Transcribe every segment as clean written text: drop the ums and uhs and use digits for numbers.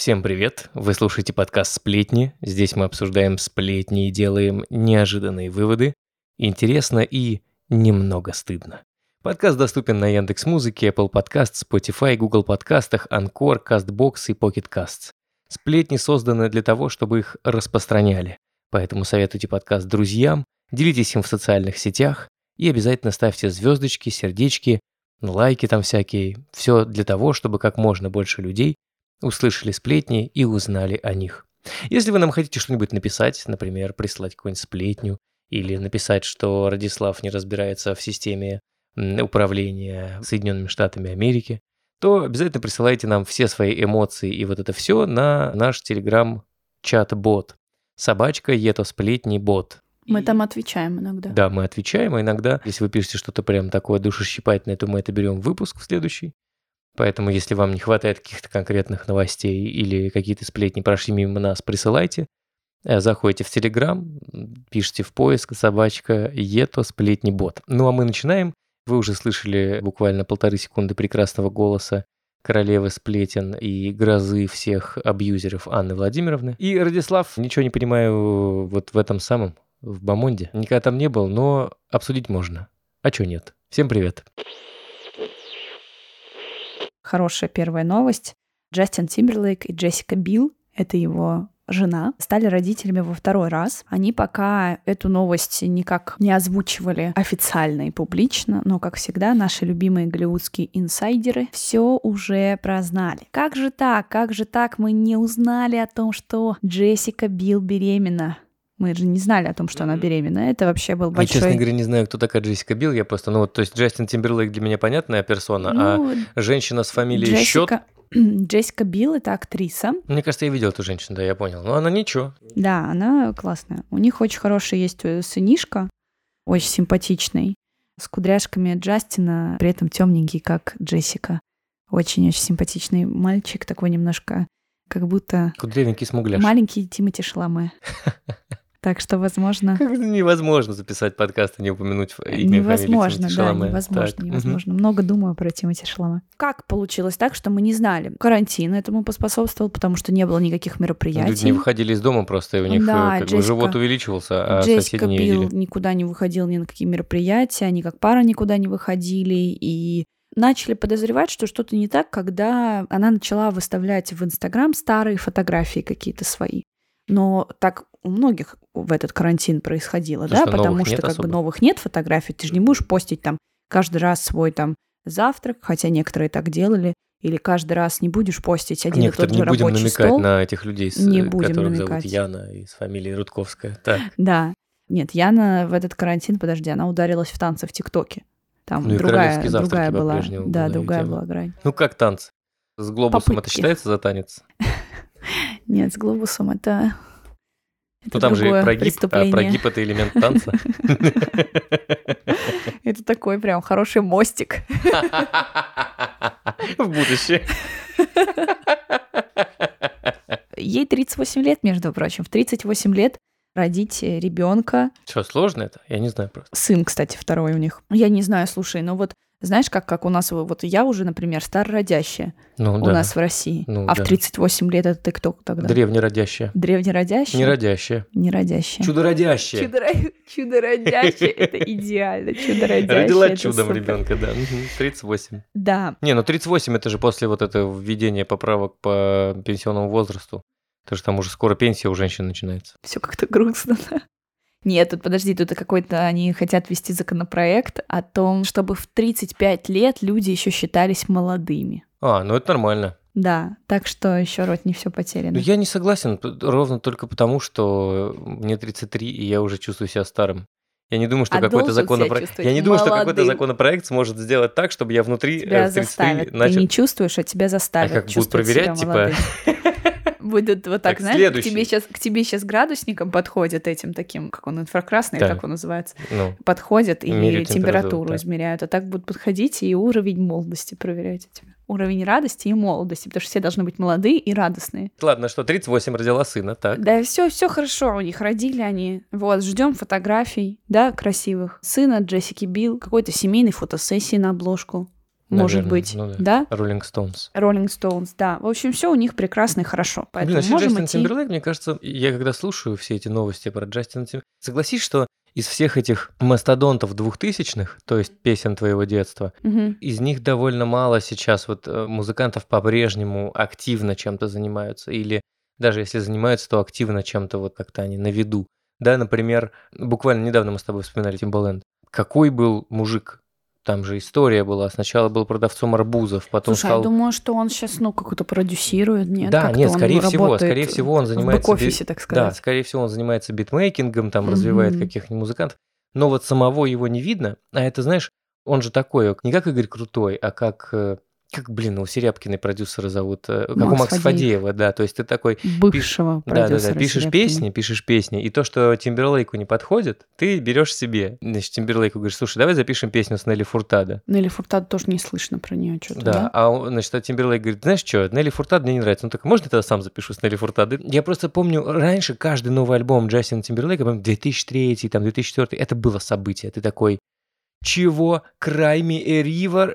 Всем привет! Вы слушаете подкаст «Сплетни». Здесь мы обсуждаем сплетни и делаем неожиданные выводы. Интересно и немного стыдно. Подкаст доступен на Яндекс.Музыке, Apple Podcasts, Spotify, Google Подкастах, Anchor, CastBox и Pocket Casts. Сплетни созданы для того, чтобы их распространяли. Поэтому советуйте подкаст друзьям, делитесь им в социальных сетях и обязательно ставьте звездочки, сердечки, лайки там всякие. Все для того, чтобы как можно больше людей услышали сплетни и узнали о них. Если вы нам хотите что-нибудь написать, например, прислать какую-нибудь сплетню, или написать, что Радислав не разбирается в системе управления Соединенными Штатами Америки, то обязательно присылайте нам все свои эмоции и вот это все на наш телеграм-чат-бот. @etosплетни-бот. Мы там отвечаем иногда. Да, мы отвечаем, а иногда, если вы пишете что-то прям такое душещипательное, то мы это берем в выпуск в следующий. Поэтому, если вам не хватает каких-то конкретных новостей или какие-то сплетни прошли мимо нас, присылайте. Заходите в Телеграм, пишите в поиск @etosплетни-бот. Ну а мы начинаем. Вы уже слышали буквально 1,5 секунды прекрасного голоса королевы сплетен и грозы всех абьюзеров Анны Владимировны. И, Радислав, ничего не понимаю вот в этом самом, в Бомонде. Никогда там не был, но обсудить можно. А чё нет? Всем привет. Хорошая первая новость. Джастин Тимберлейк и Джессика Билл, это его жена, стали родителями во второй раз. Они пока эту новость никак не озвучивали официально и публично, но, как всегда, наши любимые голливудские инсайдеры все уже прознали. Как же так мы не узнали о том, что Джессика Билл беременна? Мы же не знали о том, что она беременна. Это вообще был большой... Я, честно говоря, не знаю, кто такая Джессика Билл. Я просто, то есть Джастин Тимберлейк для меня понятная персона, а женщина с фамилией Счет... Джессика Билл — это актриса. Мне кажется, я видел эту женщину, да, я понял. Но она ничего. Да, она классная. У них очень хороший есть сынишка, очень симпатичный, с кудряшками Джастина, при этом темненький, как Джессика. Очень-очень симпатичный мальчик, такой немножко, как будто... Кудрявенький смугляш. Маленький Тимоти Шаламе. Так что, возможно... Как невозможно записать подкаст и не упомянуть имя, невозможно, фамилию Тимоти да, Шаламе. невозможно. Много думаю про Тимоти Шаламе. Как получилось так, что мы не знали? Карантин этому поспособствовал, потому что не было никаких мероприятий. Люди не выходили из дома просто, и у них живот увеличивался, а соседи не видели. Джессика Билл никуда не выходил ни на какие мероприятия, они как пара никуда не выходили, и начали подозревать, что что-то не так, когда она начала выставлять в Инстаграм старые фотографии какие-то свои. Но так у многих в этот карантин происходило, да, потому что как бы новых нет фотографий, ты же не будешь постить там каждый раз свой там завтрак, хотя некоторые так делали, или каждый раз не будешь постить один и тот же рабочий стол. Не будем намекать на этих людей, которых зовут Яна и с фамилией Рудковская. Так. Да. Нет, Яна в этот карантин, она ударилась в танцы в ТикТоке. Там другая была, да, другая была грань. Ну как танцы? С глобусом это считается за танец? Нет, с глобусом это там же и прогиб, а прогиб — это элемент танца. Это такой прям хороший мостик. В будущее. Ей 38 лет, между прочим. В 38 лет родить ребенка. Что, сложно это? Я не знаю просто. Сын, кстати, второй у них. Я не знаю, слушай, но вот знаешь, как у нас, вот я уже, например, старородящая у нас в России, в 38 лет это ты кто тогда? Древнеродящая. Древнеродящая? Неродящая. Неродящая. Чудородящая. Чудородящая, это идеально, чудородящая. Родила чудом ребенка, да, 38. Да. 38 это же после вот этого введения поправок по пенсионному возрасту. Потому что там уже скоро пенсия у женщин начинается. Все как-то грустно, да? Нет, тут подожди, тут какой-то они хотят ввести законопроект о том, чтобы в 35 лет люди еще считались молодыми. Это нормально. Да, так что еще род не все потеряно. Я не согласен ровно только потому, что мне 33, и я уже чувствую себя старым. Я не думаю, что какой-то законопроект сможет сделать так, чтобы я внутри тебя в 33 начал... Ты не чувствуешь, а тебя заставят. А как будут проверять, типа... Будут вот так, знаешь, к тебе сейчас градусником подходят этим таким, как он, инфракрасный, как он называется, подходят и температуру измеряют, а так будут подходить и уровень молодости проверять у тебя. Уровень радости и молодости, потому что все должны быть молодые и радостные. Ладно, 38 родила сына, так? Да, все хорошо, у них родили они. Вот, ждем фотографий, да, красивых. Сына Джессики Билл, какой-то семейной фотосессии на обложку. может наверное. быть, Ну да? Rolling Stones. Rolling Stones, да. В общем, все у них прекрасно и хорошо. Поэтому Блин, вообще можем Джастин идти... Тимберлейк, мне кажется, я когда слушаю все эти новости про Джастина Тимберлейка, согласись, что из всех этих мастодонтов 2000-х, то есть песен твоего детства, Мгм. из них довольно мало сейчас вот музыкантов по-прежнему активно чем-то занимаются, или даже если занимаются, то активно чем-то вот как-то они на виду. Да, например, буквально недавно мы с тобой вспоминали Timbaland. Какой был мужик? Там же история была. Сначала был продавцом арбузов, потом Слушай, стал... я думаю, что он сейчас, какой-то продюсирует, нет? Да, Как-то нет, он скорее работает всего, он в занимается... бэк-офисе, так Да, сказать. скорее всего, он занимается битмейкингом, там развивает Мгм. каких-нибудь музыкантов. Но вот самого его не видно. А это, знаешь, он же такой, не как Игорь Крутой, а как, блин, у Серябкиной продюсера зовут, как у Макс Макса Фадеев. Фадеева, да, то есть ты такой Бывшего продюсера пишешь песни, и то, что Тимберлейку не подходит, ты берешь себе. Значит, Тимберлейку говоришь, слушай, давай запишем песню с Нелли Фуртадо. Нелли Фуртадо тоже не слышно про нее что-то, Да, да? значит, Тимберлейк говорит, знаешь что, Нелли Фуртадо мне не нравится. Ну так, можно я тогда сам запишу с Нелли Фуртадо? Я просто помню, раньше каждый новый альбом Джастина Тимберлейка, по-моему, 2003, там, 2004, это было событие. Ты такой, чего? Cry Me a River?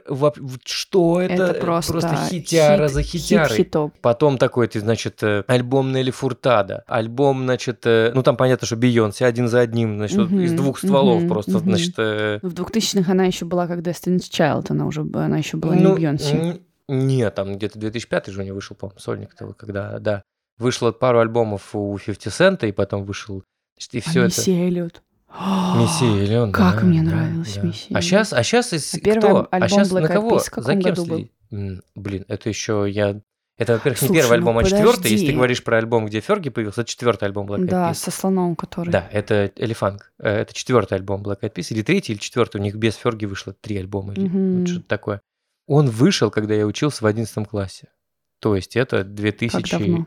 Что это? Это просто хитяра за хитярой. хит-хитоп. Потом такой, альбом Нелли Фуртадо, альбом, значит, ну там понятно, что Бейонсе один за одним, значит, вот из двух стволов просто, значит... В 2000-х она еще была как Destiny's Child, она еще была не Бейонсе. Нет, там где-то 2005 же у нее вышел, по-моему, сольник, когда, да, вышло пару альбомов у 50 Цента, и потом вышел, значит, и все это... Мисси Эллиот. Мисси Эллиот, да. Как мне нравилась Мисси Эллиот. А сейчас первый кто? альбом Сейчас Black на Eyed кого? Peas в каком За кем году был? следить? Блин, это еще я... Это, во-первых, не Слушай, первый альбом, а четвертый. Если ты подожди. говоришь про альбом, где Ферги появился, это четвертый альбом Black Eyed Peas. Да, со слоном, который... Да, это Элефанк. Это четвертый альбом Black Eyed Peas, или третий, или четвертый. У них без Ферги вышло 3 альбома, или вот что-то такое. Он вышел, когда я учился в 11 классе. То есть это 2004.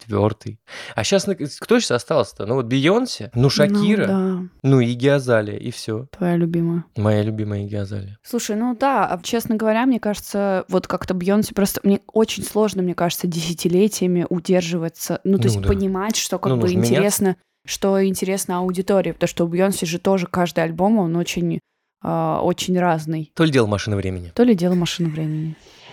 А сейчас кто сейчас остался-то? Ну вот Бейонсе, Шакира, да. Игги Азалия, и все. Твоя любимая. Моя любимая Игги Азалия. Слушай, честно говоря, мне кажется, вот как-то Бейонсе просто... Мне очень сложно, мне кажется, десятилетиями удерживаться. То есть понимать, что бы интересно, что интересно аудитории. Потому что у Бейонсе же тоже каждый альбом, он очень разный. То ли дело машины времени. То ли дело машины времени.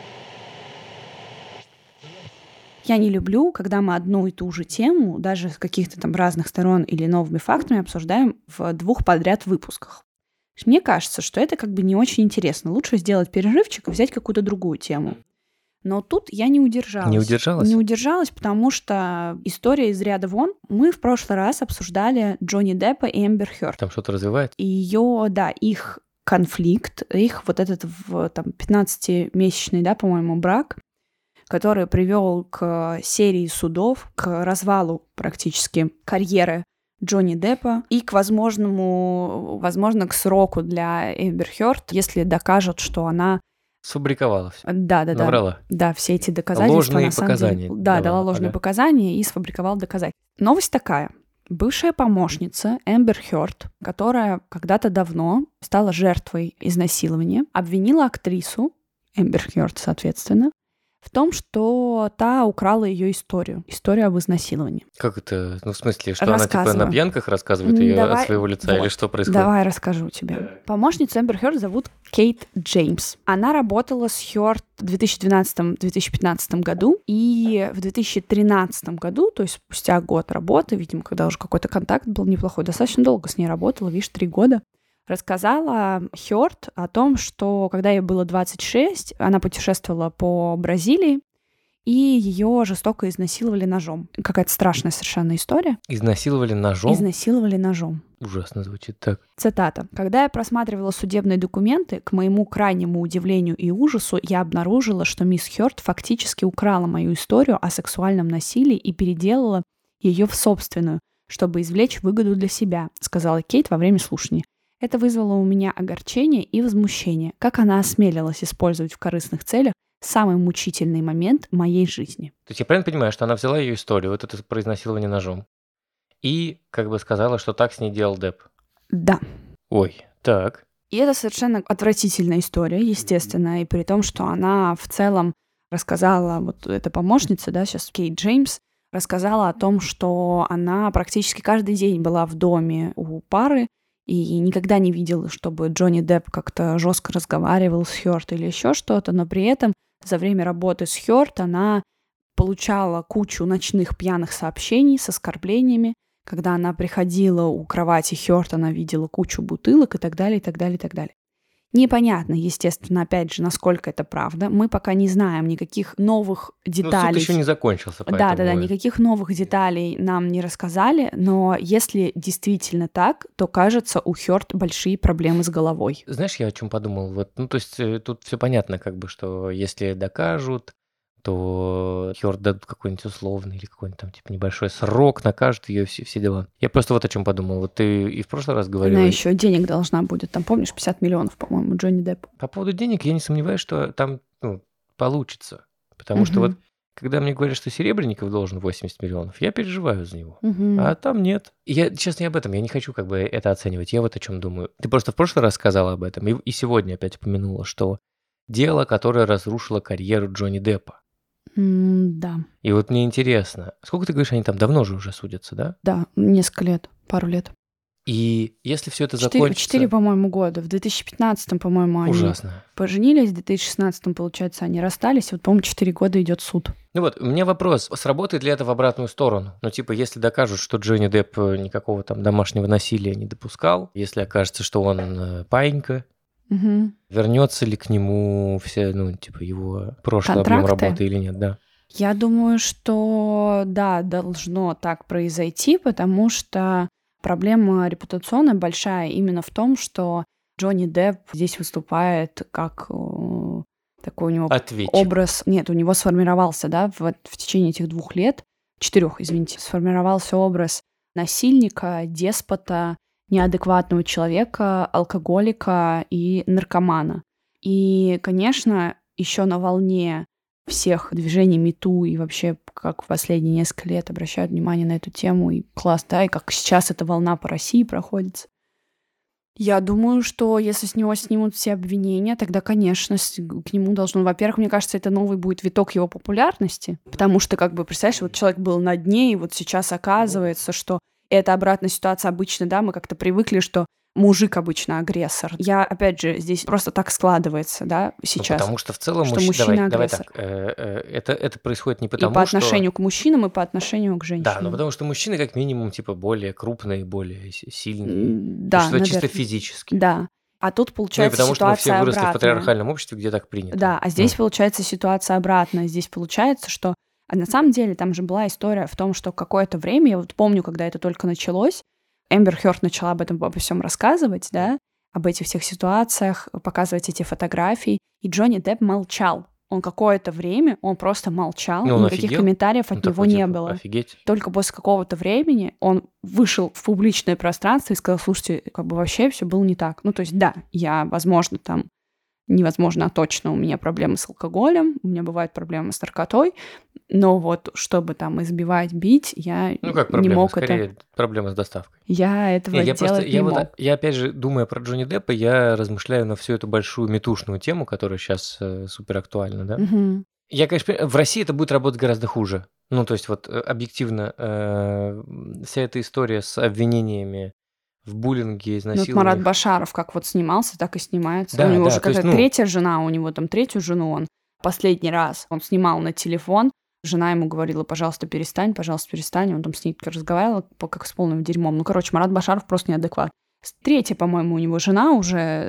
Я не люблю, когда мы одну и ту же тему, даже с каких-то там разных сторон или новыми фактами, обсуждаем в 2 подряд выпусках. Мне кажется, что это как бы не очень интересно. Лучше сделать перерывчик и взять какую-то другую тему. Но тут я не удержалась. Не удержалась? Не удержалась, потому что история из ряда вон. Мы в прошлый раз обсуждали Джонни Деппа и Эмбер Хёрд. Там что-то развивает? И их конфликт, их вот этот 15-месячный, по-моему, брак, который привел к серии судов, к развалу практически карьеры Джонни Деппа и к возможно, к сроку для Эмбер Хёрд, если докажут, что она... Сфабриковала все. Да. Наврала. Да, все эти доказательства. Ложные на самом показания. деле, дала ложные показания и сфабриковала доказательства. Новость такая. Бывшая помощница Эмбер Хёрд, которая когда-то давно стала жертвой изнасилования, обвинила актрису Эмбер Хёрд, соответственно, в том, что та украла ее историю об изнасиловании. Как это? В смысле, что она на пьянках рассказывает ее от своего лица, или что происходит? Давай расскажу тебе. Помощницу Эмбер Хёрд зовут Кейт Джеймс. Она работала с Хёрд в 2012-2015 году, и в 2013 году, то есть спустя год работы, видимо, когда уже какой-то контакт был неплохой, достаточно долго с ней работала, 3 года, рассказала Хёрд о том, что когда ей было 26, она путешествовала по Бразилии, и ее жестоко изнасиловали ножом. Какая-то страшная совершенно история. Изнасиловали ножом? Изнасиловали ножом. Ужасно звучит так. Цитата. «Когда я просматривала судебные документы, к моему крайнему удивлению и ужасу, я обнаружила, что мисс Хёрд фактически украла мою историю о сексуальном насилии и переделала ее в собственную, чтобы извлечь выгоду для себя», сказала Кейт во время слушания. Это вызвало у меня огорчение и возмущение, как она осмелилась использовать в корыстных целях самый мучительный момент моей жизни. То есть я правильно понимаю, что она взяла ее историю, вот это про изнасилование ножом, и как бы сказала, что так с ней делал Депп? Да. Ой, так. И это совершенно отвратительная история, естественно, и при том, что она в целом рассказала, вот эта помощница, сейчас Кейт Джеймс, рассказала о том, что она практически каждый день была в доме у пары, и никогда не видела, чтобы Джонни Депп как-то жестко разговаривал с Хёрд или еще что-то, но при этом за время работы с Хёрд она получала кучу ночных пьяных сообщений с оскорблениями. Когда она приходила у кровати Хёрд, она видела кучу бутылок и так далее, и так далее, и так далее. Непонятно, естественно, опять же, насколько это правда. Мы пока не знаем никаких новых деталей. Суд еще не закончился, поэтому... Да, никаких новых деталей нам не рассказали, но если действительно так, то, кажется, у Хёрд большие проблемы с головой. Знаешь, я о чем подумал? Вот, то есть тут все понятно, что если докажут, то Хёрд дадут какой-нибудь условный или какой-нибудь там типа небольшой срок, накажут ее, все дела. Я просто вот о чем подумал. Вот ты и в прошлый раз говорила... Она еще денег должна будет. Там, помнишь, 50 миллионов, по-моему, Джонни Деппу. По поводу денег я не сомневаюсь, что там получится. Потому что вот когда мне говорят, что Серебренников должен 80 миллионов, я переживаю за него. А там нет. Я, честно, не об этом. Я не хочу это оценивать. Я вот о чем думаю. Ты просто в прошлый раз сказала об этом, и сегодня опять упомянула, что дело, которое разрушило карьеру Джонни Деппа. Да. И вот мне интересно, сколько ты говоришь, они там давно же уже судятся, да? Да, несколько лет, пару лет. И если все это закончится... 4, по-моему, года. В 2015-м, по-моему, они поженились, в 2016-м, получается, они расстались, и вот, по-моему, 4 года идет суд. Ну вот, у меня вопрос, сработает ли это в обратную сторону? Ну, типа, если докажут, что Джонни Депп никакого там домашнего насилия не допускал, если окажется, что он паинька, вернется ли к нему все, его прошлый объем работы или нет, да? Я думаю, что да, должно так произойти, потому что проблема репутационная большая именно в том, что Джонни Депп здесь выступает как такой у него образ... Нет, у него сформировался, да, в течение этих 2 лет, 4, извините, сформировался образ насильника, деспота, неадекватного человека, алкоголика и наркомана. И, конечно, еще на волне всех движений МИТУ и вообще, как в последние несколько лет обращают внимание на эту тему, и класс, да, и как сейчас эта волна по России проходит. Я думаю, что если с него снимут все обвинения, тогда, конечно, к нему должно... Во-первых, мне кажется, это новый будет виток его популярности, потому что, представляешь, вот человек был на дне, и вот сейчас оказывается, что это обратная ситуация обычно, да, мы как-то привыкли, что мужик обычно агрессор. Опять же, здесь просто так складывается, да, сейчас. Потому что в целом что мужчина агрессор. Это происходит не потому, что... И по отношению к мужчинам, и по отношению к женщинам. Да, но потому что мужчины как минимум более крупные, более сильные. Да, что наверное. Чисто физически. Да. А тут получается ситуация обратная. Потому что мы все выросли в патриархальном обществе, где так принято. Да, а здесь получается ситуация обратная. Здесь получается, что... А на самом деле там же была история в том, что какое-то время, я вот помню, когда это только началось, Эмбер Хёрд начала об этом обо всем рассказывать, да, об этих всех ситуациях, показывать эти фотографии, и Джонни Депп молчал. Он какое-то время, он просто молчал, никаких комментариев от него не было. Офигеть. Только после какого-то времени он вышел в публичное пространство и сказал: слушайте, вообще все было не так. То есть, да, я, возможно, там, невозможно, а точно у меня проблемы с алкоголем, у меня бывают проблемы с наркотой, но вот чтобы там избивать, бить, я не мог скорее проблема с доставкой. Я этого делать не мог. Я опять же, думая про Джонни Деппа, я размышляю на всю эту большую метушную тему, которая сейчас супер актуальна, да? Я, конечно, в России это будет работать гораздо хуже. То есть вот объективно вся эта история с обвинениями в буллинге, изнасиловании. Марат Башаров как вот снимался, так и снимается. Да, у него уже какая-то третья жена, у него там третью жену он последний раз он снимал на телефон. Жена ему говорила: пожалуйста, перестань. Он там с ней разговаривал, как с полным дерьмом. Марат Башаров просто неадекват. Третья, по-моему, у него жена уже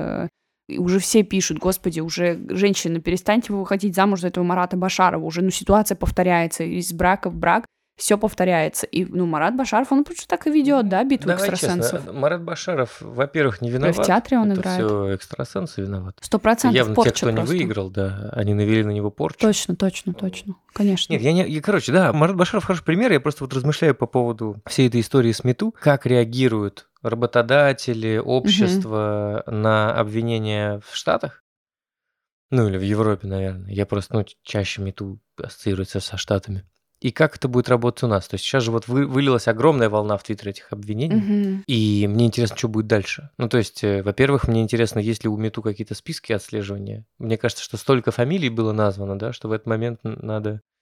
уже все пишут: господи, уже женщины, перестаньте вы выходить замуж за этого Марата Башарова. Уже, ситуация повторяется из брака в брак. Все повторяется. И, Марат Башаров, он просто так и ведет, да, битву экстрасенсов. Честно, Марат Башаров, во-первых, не виноват. И в театре он играет. Все экстрасенсы виноваты. 100% явно порча те, кто просто. не выиграл, да, они навели на него порчу. Точно. Конечно. Нет, да, Марат Башаров хороший пример. Я просто размышляю по поводу всей этой истории с МИТУ. Как реагируют работодатели, общество на обвинения в Штатах? Или в Европе, наверное. Я просто, чаще МИТУ ассоциируется со Штатами. И как это будет работать у нас? То есть сейчас же вот вылилась огромная волна в Твиттере этих обвинений, и мне интересно, что будет дальше. То есть, во-первых, мне интересно, есть ли у МИТУ какие-то списки отслеживания. Мне кажется, что столько фамилий было названо, да, что в этот момент надо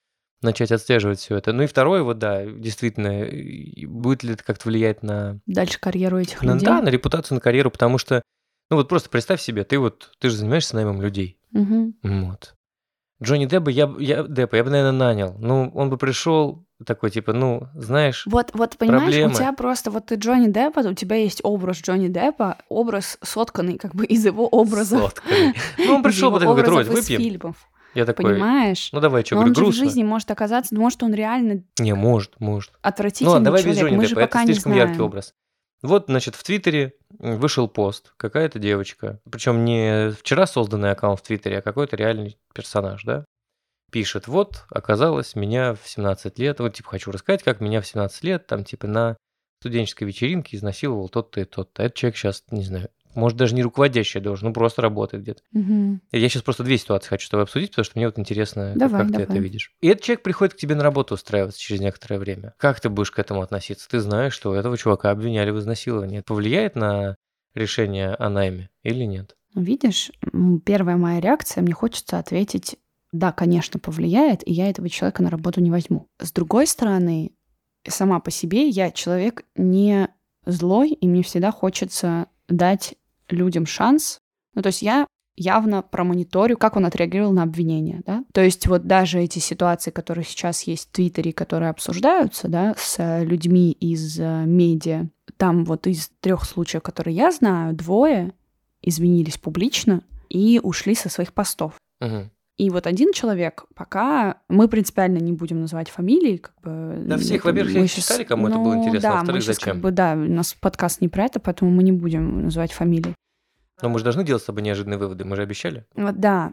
начать отслеживать все это. Ну и второе, вот да, действительно, будет ли это как-то влиять на... Дальше карьеру этих людей. Да, на репутацию, на карьеру, потому что, ну вот просто представь себе, ты же занимаешься наймом людей. Вот. Джонни Деппа я бы, наверное, нанял. Ну, он бы пришел такой, типа, ну, знаешь, Вот понимаешь, проблемы. у тебя просто, вот ты Джонни Деппа, у тебя есть образ Джонни Деппа, образ сотканный как бы из его образа. Сотканный. Ну, он пришел бы такой, говорит, выпьем. Фильмов. Я такой, понимаешь? Ну, давай, что, говорю, грустно. грустно. Он же в жизни может оказаться, может, он реально... Не, может. Отвратительный давай человек, без Джонни мы же Деппа, пока это не слишком знаем. яркий образ. Вот, значит, в Твиттере вышел пост. Какая-то девочка, причем не вчера созданный аккаунт в Твиттере, а какой-то реальный персонаж, да? Пишет, вот, оказалось, меня в 17 лет, вот, типа, хочу рассказать, как меня в 17 лет, там, типа, на студенческой вечеринке изнасиловал тот-то и тот-то. Этот человек сейчас, не знаю, может, даже не руководящий должен, ну, просто работает где-то. Я сейчас просто две ситуации хочу с тобой обсудить, потому что мне вот интересно, как ты это видишь. И этот человек приходит к тебе на работу устраиваться через некоторое время. Как ты будешь к этому относиться? Ты знаешь, что этого чувака обвиняли в изнасиловании. Это повлияет на решение о найме или нет? Видишь, первая моя реакция, мне хочется ответить, да, конечно, повлияет, и я этого человека на работу не возьму. С другой стороны, сама по себе я человек не злой, и мне всегда хочется дать людям шанс. Ну, то есть я явно промониторю, как он отреагировал на обвинения, да. То есть вот даже эти ситуации, которые сейчас есть в Твиттере, которые обсуждаются, да, с людьми из медиа, там вот из 3 случаев, которые я знаю, 2 извинились публично и ушли со своих постов. И вот один человек, пока мы принципиально не будем называть фамилии, как бы... Да, всех, во-первых, не читали, кому это было интересно, да, а во-вторых, зачем? Как бы, да, у нас подкаст не про это, поэтому мы не будем называть фамилии. Но мы же должны делать с тобой неожиданные выводы, мы же обещали. Вот, да.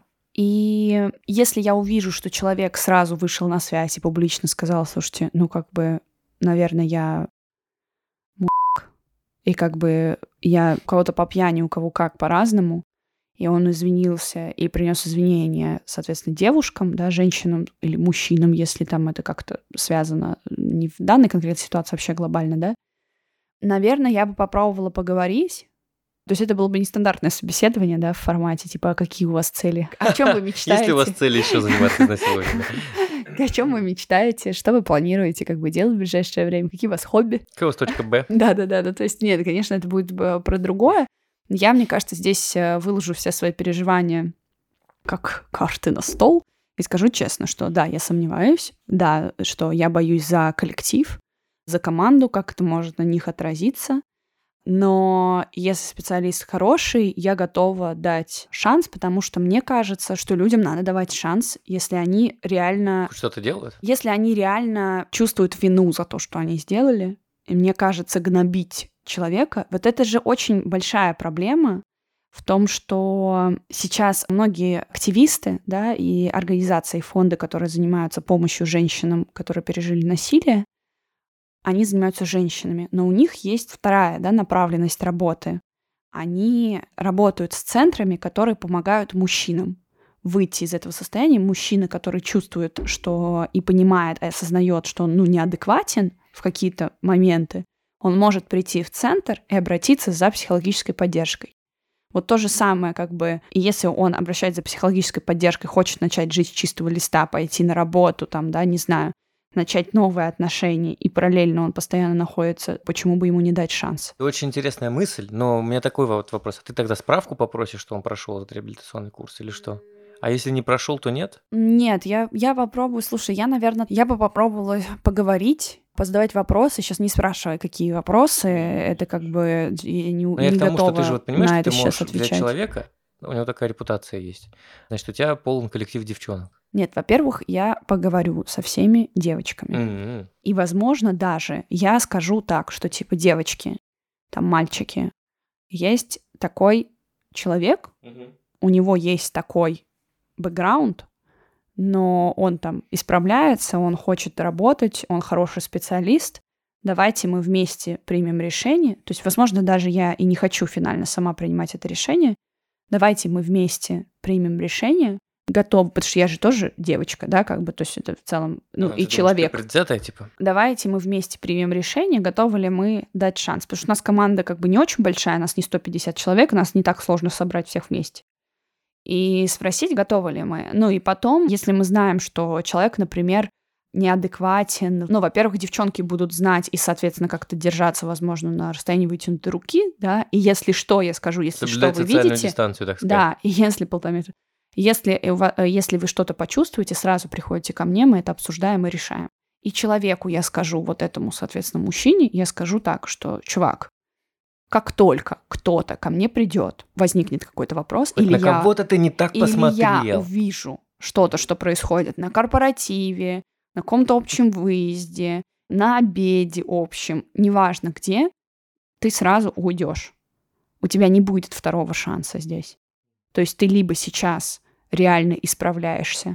И если я увижу, что человек сразу вышел на связь и публично сказал, слушайте, ну, как бы, наверное, я и как бы я у кого-то по пьяни, у кого как, по-разному, и он извинился и принес извинения, соответственно, девушкам, да, женщинам или мужчинам, если там это как-то связано не в данной конкретной ситуации, вообще глобально, да, наверное, я бы попробовала поговорить. То есть это было бы нестандартное собеседование, да, в формате, типа, а какие у вас цели? О чем вы мечтаете? Есть ли у вас цели еще заниматься изнасилованием? О чем вы мечтаете? Что вы планируете как бы делать в ближайшее время? Какие у вас хобби? Какая у вас точка Б? Да. То есть нет, конечно, это будет про другое. Я, мне кажется, здесь выложу все свои переживания как карты на стол и скажу честно, что да, я сомневаюсь, да, что я боюсь за коллектив, за команду, как это может на них отразиться. Но если специалист хороший, я готова дать шанс, потому что мне кажется, что людям надо давать шанс, если они реально... Что-то делают? Если они реально чувствуют вину за то, что они сделали. И мне кажется, гнобить человека... Вот это же очень большая проблема в том, что сейчас многие активисты, да, и организации, и фонды, которые занимаются помощью женщинам, которые пережили насилие, они занимаются женщинами, но у них есть вторая, да, направленность работы. Они работают с центрами, которые помогают мужчинам выйти из этого состояния. Мужчина, который чувствует, что и понимает, и осознает, что он неадекватен в какие-то моменты, он может прийти в центр и обратиться за психологической поддержкой. Вот то же самое, как бы, и если он обращается за психологической поддержкой, хочет начать жить с чистого листа, пойти на работу, там, да, не знаю, начать новые отношения, и параллельно он постоянно находится, почему бы ему не дать шанс? Очень интересная мысль, но у меня такой вот вопрос. А ты тогда справку попросишь, что он прошел этот реабилитационный курс или что? А если не прошел, то нет? Нет, я попробую. Слушай, я бы попробовала поговорить, позадавать вопросы. Сейчас не спрашивай, какие вопросы. Это как бы я не я к тому, готова что ты же вот понимаешь, на что это ты сейчас можешь отвечать. взять человека, у него такая репутация есть. Значит, у тебя полон коллектив девчонок. Нет, во-первых, я поговорю со всеми девочками. И, возможно, даже я скажу так, что типа девочки, там мальчики, есть такой человек, у него есть такой бэкграунд, но он там исправляется, он хочет работать, он хороший специалист. Давайте мы вместе примем решение. То есть, возможно, даже я и не хочу финально сама принимать это решение. Давайте мы вместе примем решение. Готова, потому что я же тоже девочка, да, как бы, то есть это в целом, и человек. Ты предвзятая, типа? Давайте мы вместе примем решение, готовы ли мы дать шанс. Потому что у нас команда как бы не очень большая, у нас не 150 человек, у нас не так сложно собрать всех вместе. И спросить, готовы ли мы. Ну и потом, если мы знаем, что человек, например, неадекватен. Ну, во-первых, девчонки будут знать и, соответственно, как-то держаться, возможно, на расстоянии вытянутой руки, да, и если что, я скажу, если что вы видите... дистанцию, так сказать. Да, и если 1,5 метра. Если вы что-то почувствуете, сразу приходите ко мне, мы это обсуждаем и решаем. И человеку я скажу, вот этому, соответственно, мужчине, я скажу так, что, чувак, как только кто-то ко мне придет, возникнет какой-то вопрос, или кого-то ты не так посмотрел. Или я увижу что-то, что происходит на корпоративе, на каком-то общем выезде, на обеде общем, неважно где, ты сразу уйдешь. У тебя не будет второго шанса здесь. То есть ты либо сейчас реально исправляешься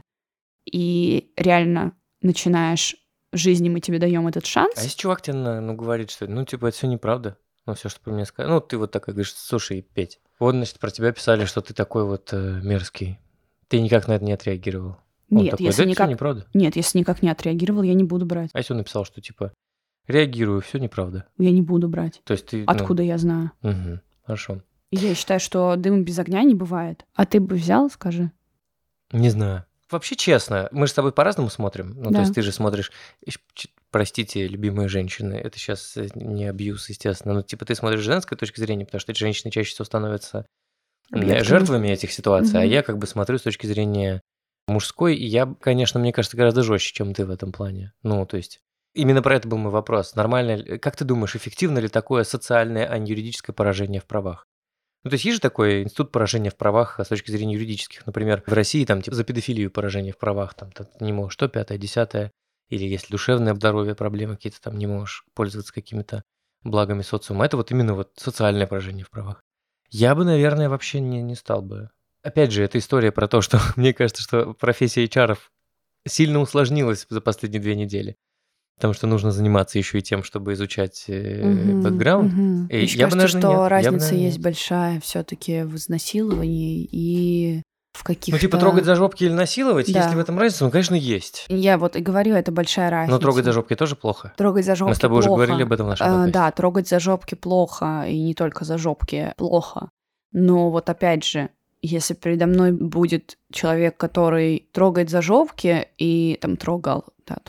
и реально начинаешь жизнь, и мы тебе даем этот шанс. А если чувак тебе говорит, что это все неправда, все, что про меня сказал, ты вот такая говоришь, слушай, Петь, вот, значит, про тебя писали, что ты такой вот мерзкий. Ты никак на это не отреагировал. Нет, такой, если никак... неправда. Нет, если никак не отреагировал, я не буду брать. А если он написал, что реагирую, все неправда? Я не буду брать. То есть ты... Откуда я знаю? Угу, хорошо. Я считаю, что дым без огня не бывает. А ты бы взял, скажи? Не знаю. Вообще, честно, мы же с тобой по-разному смотрим. То есть ты же смотришь... Простите, любимые женщины, это сейчас не абьюз, естественно, но ты смотришь с женской точки зрения, потому что женщины чаще всего становятся жертвами этих ситуаций, а я смотрю с точки зрения мужской, и я, конечно, мне кажется, гораздо жестче, чем ты в этом плане. То есть именно про это был мой вопрос. Нормально, как ты думаешь, эффективно ли такое социальное, а не юридическое поражение в правах? То есть есть же такой институт поражения в правах с точки зрения юридических. Например, в России за педофилию поражение в правах, ты не можешь 5-е, 10-е, или если душевное здоровье, проблемы какие-то, не можешь пользоваться какими-то благами социума. Это именно социальное поражение в правах. Я бы, наверное, вообще не стал бы. Опять же, это история про то, что мне кажется, что профессия HR сильно усложнилась за последние 2 недели. Потому что нужно заниматься еще и тем, чтобы изучать бэкграунд. И я кажется, что разница есть большая все-таки в изнасиловании и в каких-то... трогать за жопки или насиловать, если в этом разница, конечно, есть. Я и говорю, это большая разница. Но трогать за жопки тоже плохо. Трогать за жопки Мы с тобой плохо. уже говорили об этом в нашем подкасте. Да, трогать за жопки плохо, и не только за жопки плохо. Но опять же, если передо мной будет человек, который трогает за жопки и трогал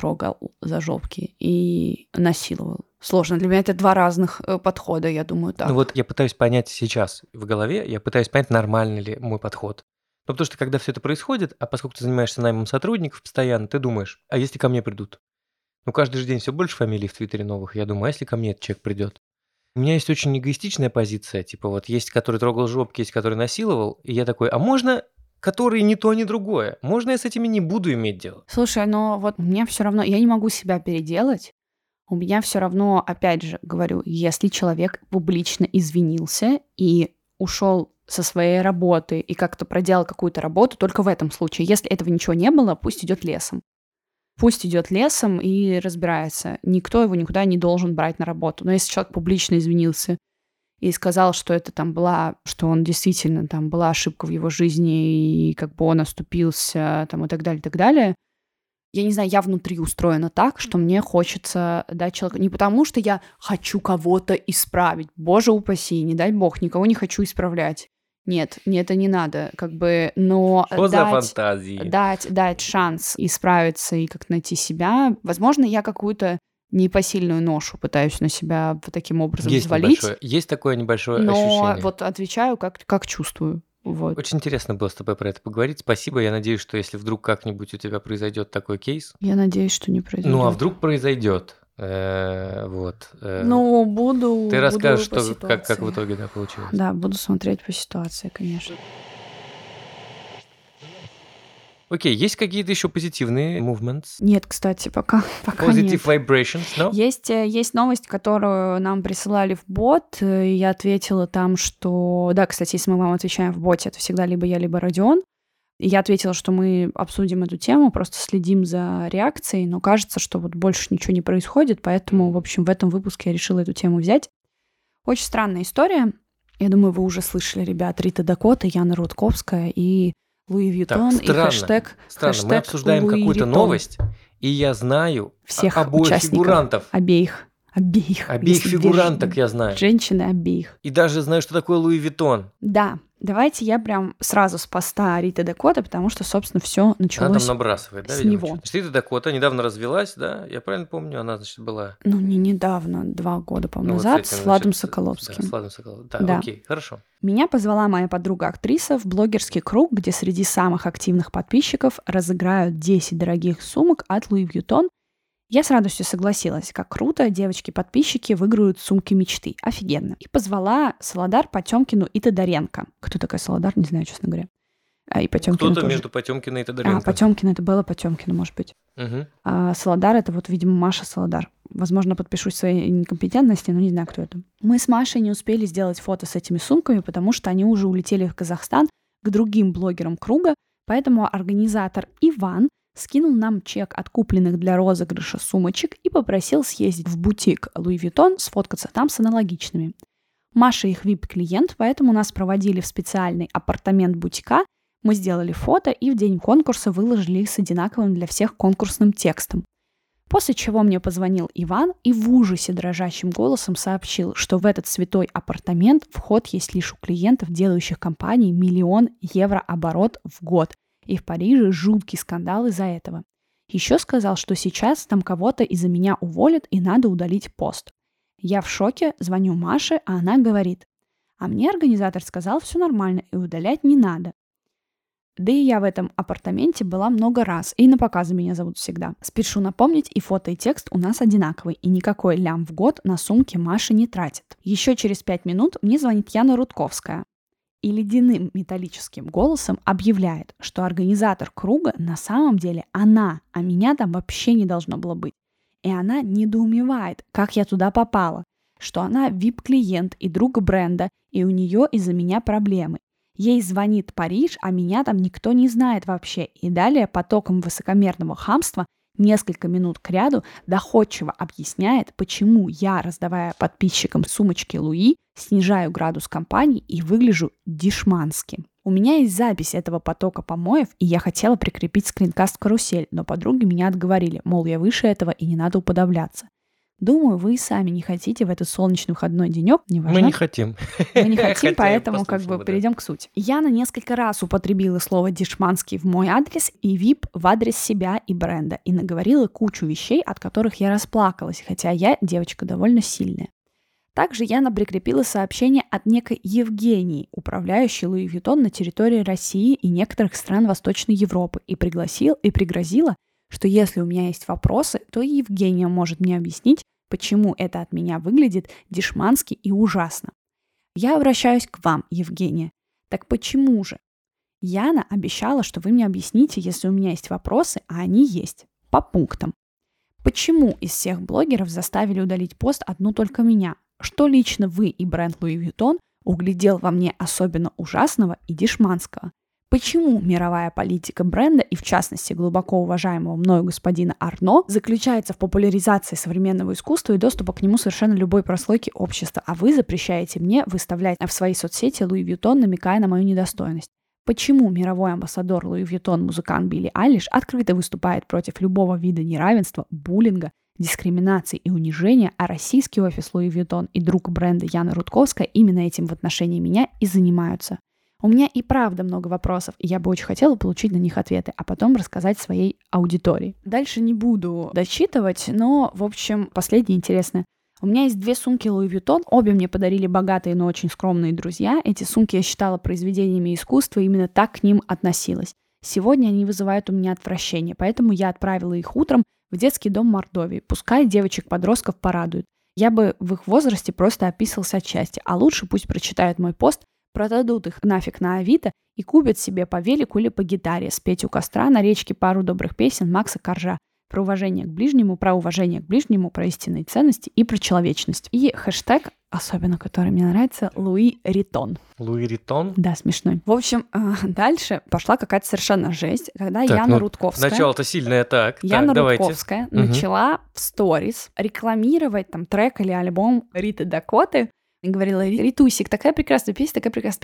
за жопки и насиловал. Сложно. Для меня это 2 разных подхода, я думаю, так. Я пытаюсь понять сейчас в голове, нормальный ли мой подход. Потому что когда все это происходит, а поскольку ты занимаешься наймом сотрудников постоянно, ты думаешь, а если ко мне придут? Каждый же день все больше фамилий в Твиттере новых. Я думаю, а если ко мне этот человек придет? У меня есть очень эгоистичная позиция. Есть, который трогал жопки, есть, который насиловал. И я такой, а можно... который ни то, ни другое. Можно я с этими не буду иметь дело? Слушай, но у меня все равно... Я не могу себя переделать. У меня все равно, опять же, говорю, если человек публично извинился и ушел со своей работы и как-то проделал какую-то работу, только в этом случае. Если этого ничего не было, пусть идет лесом. Пусть идет лесом и разбирается. Никто его никуда не должен брать на работу. Но если человек публично извинился и сказал, что это что он действительно была ошибка в его жизни, и он оступился, и так далее. Я не знаю, я внутри устроена так, что мне хочется дать человеку... Не потому, что я хочу кого-то исправить. Боже упаси, не дай бог, никого не хочу исправлять. Нет, это не надо, но дать шанс исправиться и как найти себя. Возможно, я какую-то непосильную ношу пытаюсь на себя таким образом взвалить. Есть такое небольшое ощущение. Но отвечаю, как чувствую. Очень интересно было с тобой про это поговорить. Спасибо. Я надеюсь, что если вдруг как-нибудь у тебя произойдет такой кейс... Я надеюсь, что не произойдет. А вдруг произойдет? Буду... Ты расскажешь, как в итоге получилось. Да, буду смотреть по ситуации, конечно. Окей, есть какие-то еще позитивные movements? Нет, кстати, пока Positive vibrations, no? Есть новость, которую нам присылали в бот, и я ответила там, что... Да, кстати, если мы вам отвечаем в боте, это всегда либо я, либо Родион. И я ответила, что мы обсудим эту тему, просто следим за реакцией, но кажется, что больше ничего не происходит, поэтому, в общем, в этом выпуске я решила эту тему взять. Очень странная история. Я думаю, вы уже слышали, ребят, Рита Дакота, Яна Рудковская и Луи Вьютон, и хэштег мы обсуждаем какую-то новость, и я знаю всех обоих фигурантов. Обеих. Обеих. Обеих если фигуранток я знаю. Женщины обеих. И даже знаю, что такое Луи Виттон. Да. Давайте я прям сразу с поста Риты Дакоты, потому что, собственно, все Она началось там набрасывает, да, с видимо, него. что-то. Значит, Рита Дакота недавно развелась, да? Я правильно помню, она, значит, была... Ну, не недавно, 2 года, по-моему, Ну, вот назад, с этим, с Владом значит, Соколовским. Да, с Владом Соколовским. Да, Да. окей, хорошо. Меня позвала моя подруга-актриса в блогерский круг, где среди самых активных подписчиков разыграют 10 дорогих сумок от Louis Vuitton. Я с радостью согласилась. Как круто, девочки-подписчики выиграют сумки мечты. Офигенно. И позвала Солодар, Потемкину и Тодоренко. Кто такая Солодар, не знаю, честно говоря. И Потемкина Кто-то тоже. между Потемкиной и Тодоренко. Потемкина, это Белла Потемкина, может быть. Угу. А Солодар — это вот, видимо, Маша Солодар. Возможно, подпишусь своей некомпетентности, но не знаю, кто это. Мы с Машей не успели сделать фото с этими сумками, потому что они уже улетели в Казахстан к другим блогерам круга, поэтому организатор Иван скинул нам чек от купленных для розыгрыша сумочек и попросил съездить в бутик Louis Vuitton, сфоткаться там с аналогичными. Маша их VIP-клиент, поэтому нас проводили в специальный апартамент бутика. Мы сделали фото и в день конкурса выложили их с одинаковым для всех конкурсным текстом. После чего мне позвонил Иван и в ужасе дрожащим голосом сообщил, что в этот святой апартамент вход есть лишь у клиентов, делающих компании 1 000 000 евро оборот в год. И в Париже жуткий скандал из-за этого. Еще сказал, что сейчас там кого-то из-за меня уволят и надо удалить пост. Я в шоке, звоню Маше, а она говорит: а мне организатор сказал, все нормально и удалять не надо. Да и я в этом апартаменте была много раз, и на показы меня зовут всегда. Спешу напомнить, и фото, и текст у нас одинаковый, и никакой лям в год на сумке Маша не тратит. Еще через 5 минут мне звонит Яна Рудковская и ледяным металлическим голосом объявляет, что организатор круга на самом деле она, а меня там вообще не должно было быть. И она недоумевает, как я туда попала, что она VIP-клиент и друг бренда, и у нее из-за меня проблемы. Ей звонит Париж, а меня там никто не знает вообще. И далее потоком высокомерного хамства несколько минут кряду доходчиво объясняет, почему я, раздавая подписчикам сумочки Луи, снижаю градус компании и выгляжу дешмански. У меня есть запись этого потока помоев, и я хотела прикрепить скринкаст в карусель, но подруги меня отговорили, мол, я выше этого и не надо уподобляться. Думаю, вы сами не хотите в этот солнечный выходной денек, не важно. Мы не хотим. Мы не хотим, поэтому перейдем к сути. Яна несколько раз употребила слово «дешманский» в мой адрес и VIP в адрес себя и бренда, и наговорила кучу вещей, от которых я расплакалась, хотя я девочка довольно сильная. Также Яна прикрепила сообщение от некой Евгении, управляющей Louis Vuitton на территории России и некоторых стран Восточной Европы, и пригрозила, что если у меня есть вопросы, то Евгения может мне объяснить, почему это от меня выглядит дешмански и ужасно. Я обращаюсь к вам, Евгения. Так почему же? Яна обещала, что вы мне объясните, если у меня есть вопросы, а они есть. По пунктам. Почему из всех блогеров заставили удалить пост одну только меня? Что лично вы и бренд Louis Vuitton углядел во мне особенно ужасного и дешманского? Почему мировая политика бренда и, в частности, глубоко уважаемого мною господина Арно заключается в популяризации современного искусства и доступа к нему совершенно любой прослойки общества, а вы запрещаете мне выставлять в свои соцсети Louis Vuitton, намекая на мою недостойность? Почему мировой амбассадор Louis Vuitton, музыкант Билли Айлиш, открыто выступает против любого вида неравенства, буллинга, дискриминации и унижения, а российский офис Louis Vuitton и друг бренда Яна Рудковская именно этим в отношении меня и занимаются? У меня и правда много вопросов, и я бы очень хотела получить на них ответы, а потом рассказать своей аудитории. Дальше не буду дочитывать, но, в общем, последнее интересное. У меня есть 2 сумки Louis Vuitton, обе мне подарили богатые, но очень скромные друзья. Эти сумки я считала произведениями искусства, и именно так к ним относилась. Сегодня они вызывают у меня отвращение, поэтому я отправила их утром в детский дом Мордовии. Пускай девочек-подростков порадуют. Я бы в их возрасте просто описывался отчасти, а лучше пусть прочитают мой пост, продадут их нафиг на Авито и купят себе по велику или по гитаре, спеть у костра на речке пару добрых песен Макса Коржа про уважение к ближнему, про истинные ценности и про человечность. И хэштег, особенно который мне нравится, Луи Ритон. Луи Ритон? Да, смешной. В общем, дальше пошла какая-то совершенно жесть, когда Яна Рудковская... Начало-то сильное, так. Яна Рудковская начала в сторис рекламировать там трек или альбом Риты Дакоты. И говорила: Ритусик, такая прекрасная песня.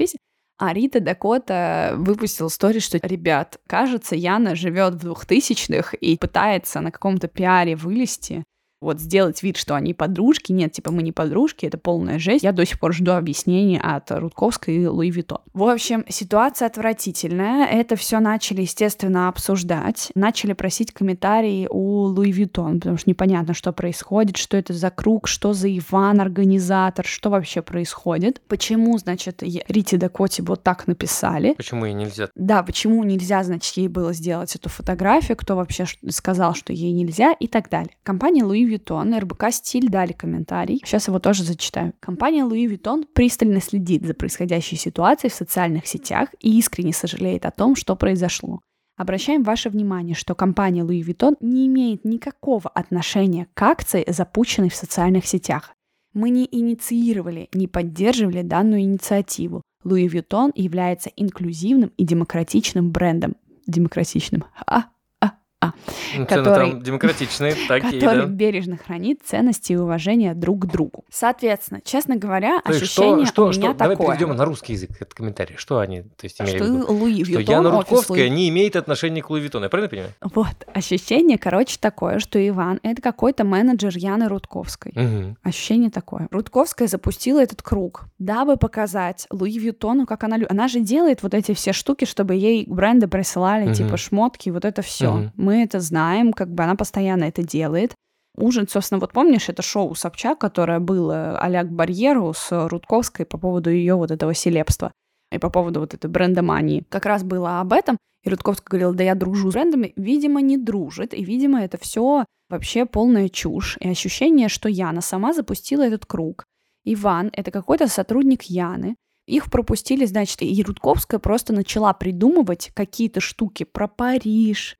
А Рита Дакота выпустила сторис, что, ребят, кажется, Яна живет в 2000-х и пытается на каком-то пиаре вылезти. вот сделать вид, что они подружки. Нет, типа мы не подружки, это полная жесть. Я до сих пор жду объяснений от Рудковской и Луи Виттон. В общем, ситуация отвратительная. Это все начали, естественно, обсуждать. Начали просить комментарии у Луи Виттон, потому что непонятно, что происходит, что это за круг, что за Иван, организатор, что вообще происходит. Почему, значит, Рите Дакоте вот так написали. Почему ей нельзя? Да, почему нельзя, значит, ей было сделать эту фотографию, кто вообще сказал, что ей нельзя и так далее. Компания Louis Vuitton и РБК «Стиль» дали комментарий. Сейчас его тоже зачитаю. Компания Louis Vuitton пристально следит за происходящей ситуацией в социальных сетях и искренне сожалеет о том, что произошло. Обращаем ваше внимание, что компания Louis Vuitton не имеет никакого отношения к акции, запущенной в социальных сетях. Мы не инициировали, не поддерживали данную инициативу. Louis Vuitton является инклюзивным и демократичным брендом. Демократичным. Который там демократичные, такие, который бережно хранит ценности и уважение друг к другу. Соответственно, честно говоря, ощущение у меня такое. Давай перейдем на русский язык, этот комментарий. Что они, то есть, имели в виду? Луи Виттон, что Яна Рудковская не имеет отношения к Луи Виттону. Я правильно понимаю? Вот. Ощущение, такое, что Иван — это какой-то менеджер Яны Рудковской. Угу. Ощущение такое. Рудковская запустила этот круг, дабы показать Луи Виттону, как она... Она же делает вот эти все штуки, чтобы ей бренды присылали, типа шмотки, вот это все. Мы это знаем, как бы она постоянно это делает. Ужин, собственно, вот помнишь, это шоу Собчак, которое было а-ля к барьеру с Рудковской по поводу ее вот этого селебства и по поводу вот этой брендомании. Как раз было об этом, и Рудковская говорила, да я дружу с брендами. Видимо, не дружит, и, видимо, это все вообще полная чушь. И ощущение, что Яна сама запустила этот круг. Иван — это какой-то сотрудник Яны. Их пропустили, значит, и Рудковская просто начала придумывать какие-то штуки про Париж,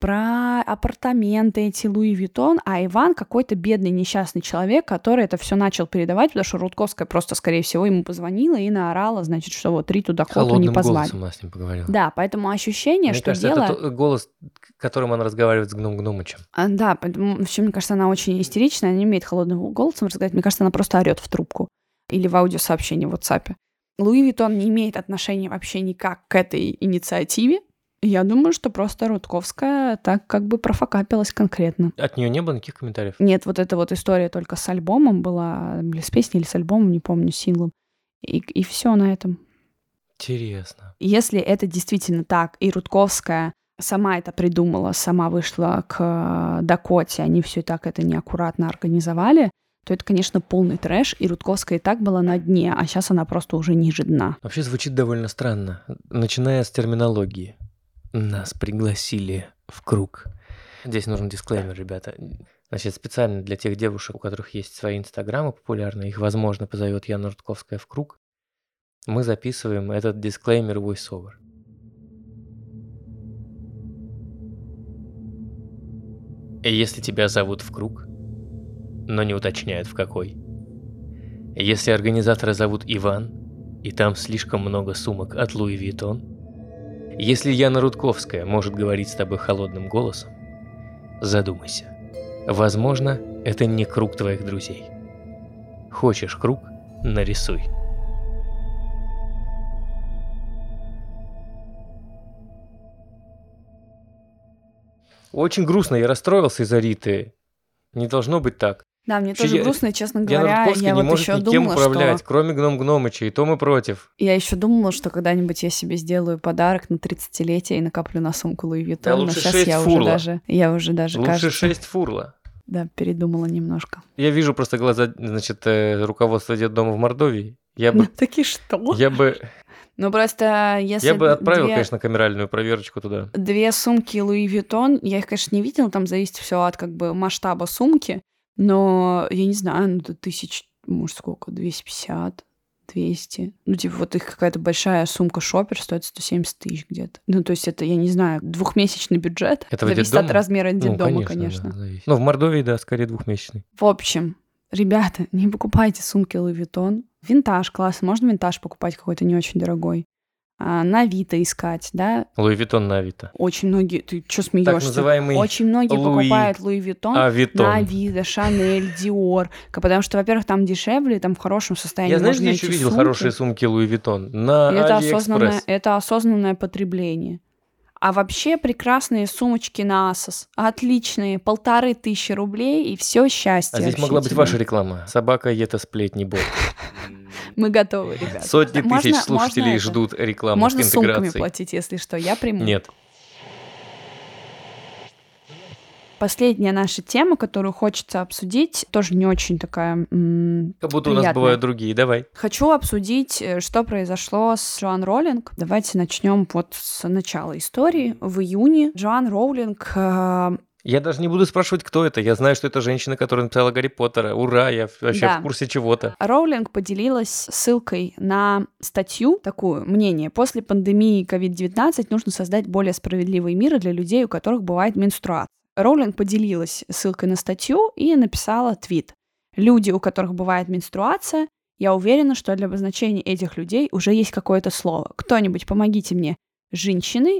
про апартаменты эти Луи Виттон, а Иван какой-то бедный несчастный человек, который это все начал передавать, потому что Рудковская просто, скорее всего, ему позвонила и наорала, значит, что вот Риту Дакоту не позвали. Холодным голосом она с ним поговорила. Да, поэтому ощущение, мне что кажется, дело... это тот голос, которым она разговаривает с Гном-Гномычем. Да, поэтому, вообще, мне кажется, она очень истеричная, она не умеет холодным голосом разговаривать. Мне кажется, она просто орет в трубку или в аудиосообщении в WhatsApp. Луи Виттон не имеет отношения вообще никак к этой инициативе. Я думаю, что просто Рудковская так как бы профокапилась конкретно. От нее не было никаких комментариев? Нет, вот эта вот история только с альбомом была, или с песней, или с альбомом, не помню, с синглом. И все на этом. Интересно. Если это действительно так, и Рудковская сама это придумала, сама вышла к Дакоте, они все так это неаккуратно организовали, то это, конечно, полный трэш, и Рудковская и так была на дне, а сейчас она просто уже ниже дна. Вообще звучит довольно странно, начиная с терминологии. Нас пригласили в круг. Здесь нужен дисклеймер, ребята. Значит, специально для тех девушек, у которых есть свои инстаграмы популярные, их, возможно, позовет Яна Рудковская в круг, мы записываем этот дисклеймер voice-over. И если тебя зовут в круг, но не уточняют в какой. Если организатора зовут Иван, и там слишком много сумок от Луи Виттон, если Яна Рудковская может говорить с тобой холодным голосом, задумайся. Возможно, это не круг твоих друзей. Хочешь круг – нарисуй. Очень грустно, я расстроился из-за Риты. Не должно быть так. Да, мне тоже грустно, честно говоря. Яна Рудковская я не вот может еще никем думала, управлять, что... кроме Гном-Гномыча, и то мы против. Я еще думала, что когда-нибудь я себе сделаю подарок на 30-летие и накоплю на сумку Луи Виттон. Да, лучше но сейчас 6 фурла. Я уже даже, Лучше кажется... 6 фурла. Да, передумала немножко. Я вижу просто глаза, значит, руководства детдома в Мордовии. Я бы... Таки что? Я бы... Ну, просто если... Я бы отправил, конечно, камеральную проверочку туда. 2 сумки Луи Виттон, я их, конечно, не видела, там зависит все от как бы масштаба сумки, но я не знаю, ну, 1000, может, сколько, 250, 200. Ну, типа, вот их какая-то большая сумка шопер стоит 170 тысяч где-то. Ну, то есть это, я не знаю, 2-месячный бюджет. Этого зависит детдома? от размера детдома, Ну, конечно. конечно. Да, ну, в Мордовии, да, скорее 2-месячный. В общем, ребята, не покупайте сумки Луи Виттон. Винтаж класс, можно винтаж покупать какой-то не очень дорогой. На Авито искать, да? Луи Виттон на Авито. Очень многие, ты что смеешься? Так называемый очень многие покупают Луи Виттон на Авито, Шанель, Диор, потому что, во-первых, там дешевле, там в хорошем состоянии. Я, знаешь, можно где еще найти видел сумки. хорошие сумки Луи Виттон? На Алиэкспресс. Это осознанное потребление. А вообще прекрасные сумочки на Asos. Отличные, 1500 рублей, и все счастье. А здесь могла быть ваша реклама. Собака это сплетни бот. Мы готовы, ребята. Сотни тысяч слушателей ждут рекламы можно с интеграцией. Можно сумками платить, если что, я приму. Нет. Последняя наша тема, которую хочется обсудить, тоже не очень такая как будто приятная. У нас бывают другие, давай. Хочу обсудить, что произошло с Джоан Роулинг. Давайте начнем вот с начала истории. В июне Джоан Роулинг... Я даже не буду спрашивать, кто это. Я знаю, что это женщина, которая написала Гарри Поттера. Ура, я вообще в курсе чего-то. Роулинг поделилась ссылкой на статью, такую, мнение. После пандемии COVID-19 нужно создать более справедливый мир для людей, у которых бывает менструация. Роулинг поделилась ссылкой на статью и написала твит. Люди, у которых бывает менструация, я уверена, что для обозначения этих людей уже есть какое-то слово. Кто-нибудь помогите мне. Женщины,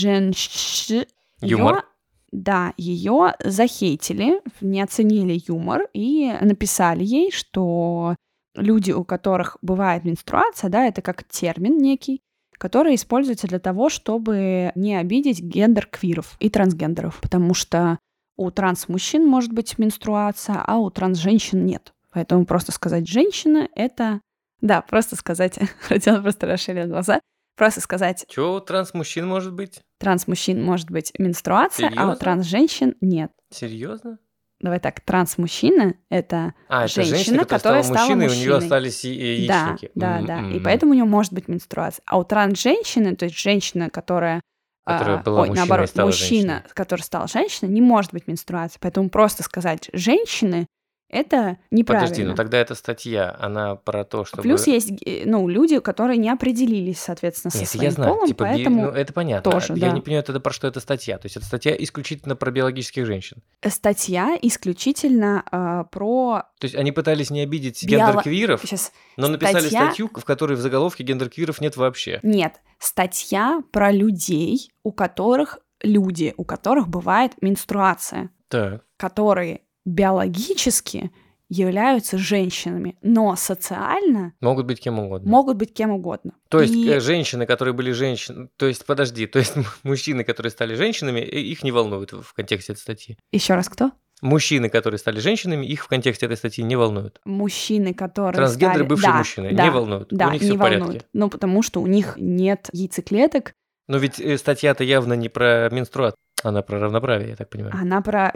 Юмор. Да, ее захейтили, не оценили юмор и написали ей, что люди, у которых бывает менструация, да, это как термин некий, который используется для того, чтобы не обидеть гендер-квиров и трансгендеров, потому что у транс-мужчин может быть менструация, а у транс-женщин нет. Поэтому просто сказать «женщина» — это... Да, просто сказать... Родион просто расширил глаза. Просто сказать... Чё у транс-мужчин может быть? Транс-мужчин может быть менструация, Серьезно? а у транс-женщин нет. Серьезно? Давай так, транс-мужчина — это женщина, которая стала мужчиной. У нее остались яичники. Да. И поэтому у нее может быть менструация. А у транс-женщины, то есть женщина, которая была мужчиной, наоборот, мужчина, который стал женщиной, не может быть менструации. Поэтому просто сказать «женщины» — это неправильно. Подожди, тогда эта статья, она про то, чтобы... Плюс есть, люди, которые не определились, соответственно, со своим полом, поэтому это понятно. Тоже, я не понимаю тогда, про что эта статья. То есть это статья исключительно про биологических женщин. Статья исключительно про... То есть они пытались не обидеть гендер-квиров, но написали статью, в которой в заголовке гендер-квиров нет вообще. Нет, статья про людей, у которых бывает менструация. Так. Которые биологически являются женщинами, но социально... Могут быть кем угодно. То есть женщины, которые были женщинами... То есть мужчины, которые стали женщинами, их не волнуют в контексте этой статьи. Еще раз, кто? Мужчины, которые стали женщинами, их в контексте этой статьи не волнуют. Мужчины, которые Трансгендеры, бывшие мужчины, не волнуют. Да, у них все в порядке. Ну, потому что у них нет яйцеклеток. Но ведь статья-то явно не про менструацию. Она про равноправие, я так понимаю. Она про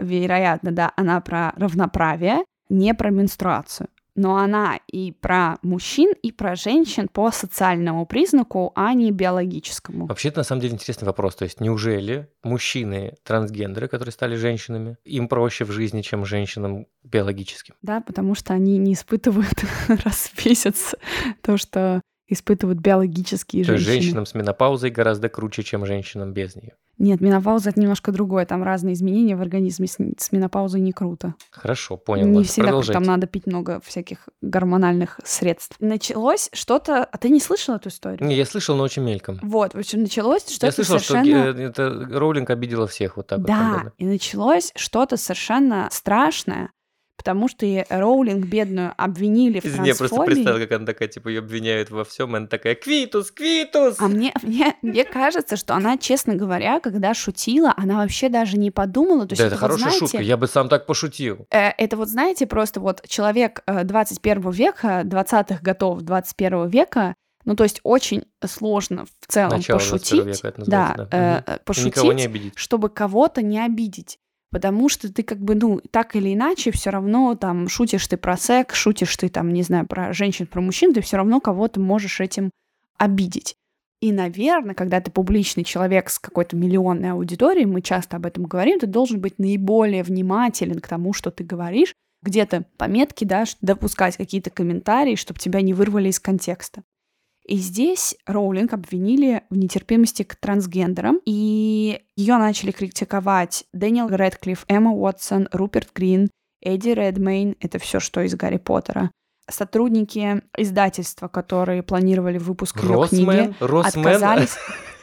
равноправие, не про менструацию. Но она и про мужчин, и про женщин по социальному признаку, а не биологическому. Вообще-то, на самом деле, интересный вопрос. То есть, неужели мужчины трансгендеры, которые стали женщинами, им проще в жизни, чем женщинам биологическим? Да, потому что они не испытывают раз в месяц то, что испытывают биологические женщины. То есть женщинам с менопаузой гораздо круче, чем женщинам без нее. Нет, менопауза — это немножко другое. Там разные изменения в организме. С менопаузой не круто. Хорошо, понял. Не всегда там надо пить много всяких гормональных средств. Началось что-то... А ты не слышал эту историю? Не, я слышал, но очень мельком. Вот, в общем, началось что-то Я слышал, совершенно... что это Роулинг обидела всех вот так да, вот. и началось что-то совершенно страшное, потому что и Роулинг бедную обвинили в трансфобии. Я просто представил, как она такая, ее обвиняют во всем, и она такая, квитус! А мне кажется, что она, честно говоря, когда шутила, она вообще даже не подумала. То есть это хорошая шутка, я бы сам так пошутил. Это вот, знаете, просто вот человек 21 века, 20-х годов 21 века, то есть очень сложно в целом начало пошутить, века, это называется, пошутить, никого не обидеть. Чтобы кого-то не обидеть. Потому что ты так или иначе все равно там шутишь ты про секс, шутишь ты там, не знаю, про женщин, про мужчин, ты все равно кого-то можешь этим обидеть. И, наверное, когда ты публичный человек с какой-то миллионной аудиторией, мы часто об этом говорим, ты должен быть наиболее внимателен к тому, что ты говоришь, где-то пометки, да, допускать какие-то комментарии, чтобы тебя не вырвали из контекста. И здесь Роулинг обвинили в нетерпимости к трансгендерам, и ее начали критиковать Дэниел Рэдклифф, Эмма Уотсон, Руперт Грин, Эдди Редмейн, это все, что из Гарри Поттера. Сотрудники издательства, которые планировали выпуск ее книги, отказались...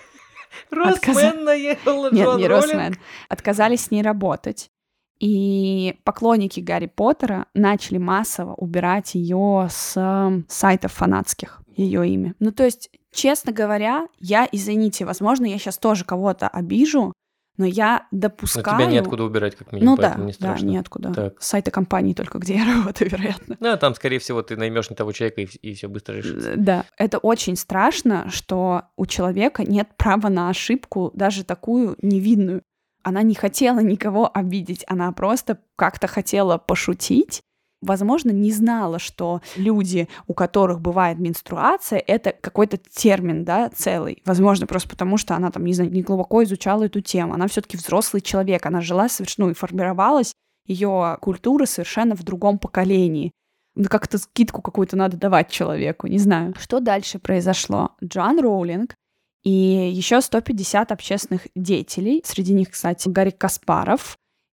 Росмен наехал на Джоан Нет, не Роулинг? Росмен. Отказались с ней работать. И поклонники Гарри Поттера начали массово убирать ее с сайтов фанатских. ее имя. Ну, то есть, честно говоря, извините, возможно, я сейчас тоже кого-то обижу, но я допускаю... Но тебя неоткуда убирать, как минимум, поэтому не страшно. Да, неоткуда. Так. Сайты компании только, где я работаю, вероятно. Ну, там, скорее всего, ты наймешь не того человека, и все быстро решится. Да, это очень страшно, что у человека нет права на ошибку, даже такую невинную. Она не хотела никого обидеть, она просто как-то хотела пошутить. Возможно, не знала, что люди, у которых бывает менструация, это какой-то термин, да, целый. Возможно, просто потому, что она там, не знаю, не глубоко изучала эту тему. Она все-таки взрослый человек, она жила совершенно, и формировалась ее культура совершенно в другом поколении. Ну, как-то скидку какую-то надо давать человеку, не знаю. Что дальше произошло? Джоан Роулинг и еще 150 общественных деятелей, среди них, кстати, Гарри Каспаров,